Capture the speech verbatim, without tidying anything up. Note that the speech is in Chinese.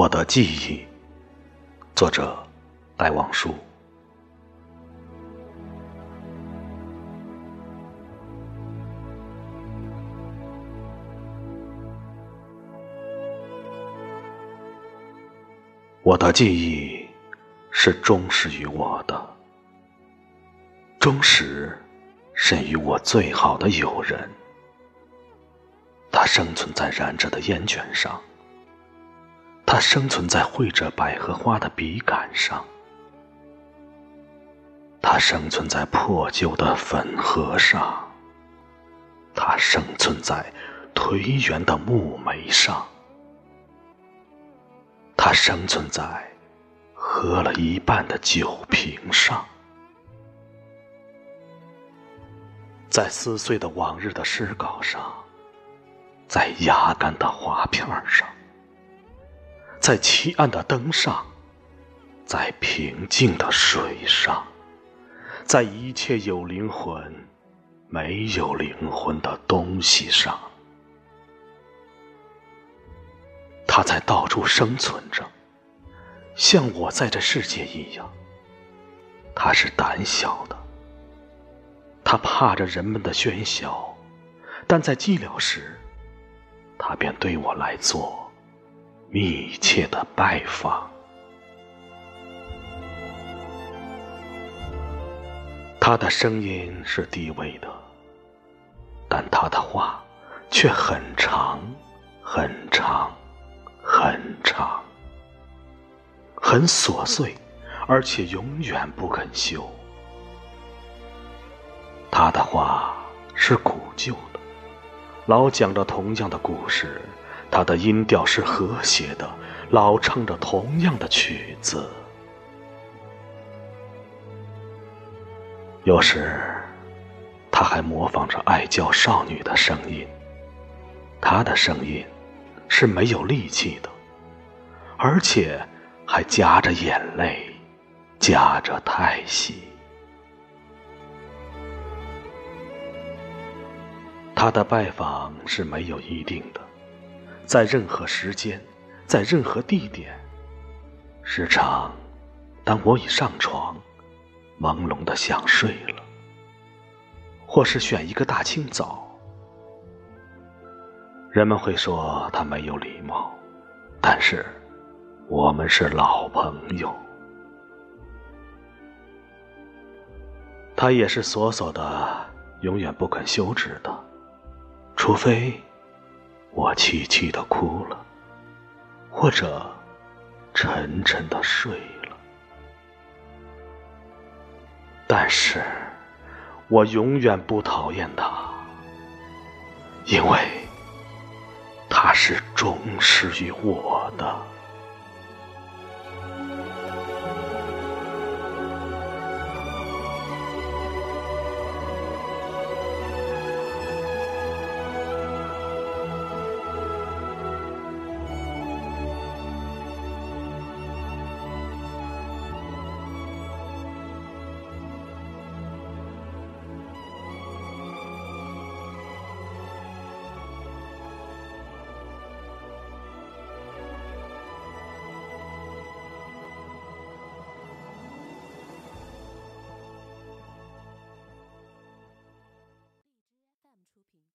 我的记忆，作者戴望舒。我的记忆是忠实于我的，忠实甚于我最好的友人。它生存在燃着的烟卷上，它生存在绘着百合花的笔杆上，它生存在破旧的粉盒上，它生存在颓垣的木楣上，它生存在喝了一半的酒瓶上，在撕碎的往日的诗稿上，在压干的画片上，在漆暗的灯上，在平静的水上，在一切有灵魂没有灵魂的东西上。它在到处生存着，像我在这世界一样。它是胆小的，它怕着人们的喧嚣，但在寂寥时，它便对我来做密切的拜访。他的声音是低微的，但他的话却很长很长很长，很琐碎，而且永远不肯休。他的话是古旧的，老讲着同样的故事，他的音调是和谐的，老唱着同样的曲子。有时他还模仿着爱娇少女的声音，他的声音是没有力气的，而且还夹着眼泪，夹着叹息。他的拜访是没有一定的，在任何时间，在任何地点。时常当我已上床，朦胧地想睡了，或是选一个大清早。人们会说他没有礼貌，但是我们是老朋友。他也是索索的，永远不肯休止的，除非我凄凄地哭了，或者沉沉地睡了。但是我永远不讨厌他，因为他是忠实于我的。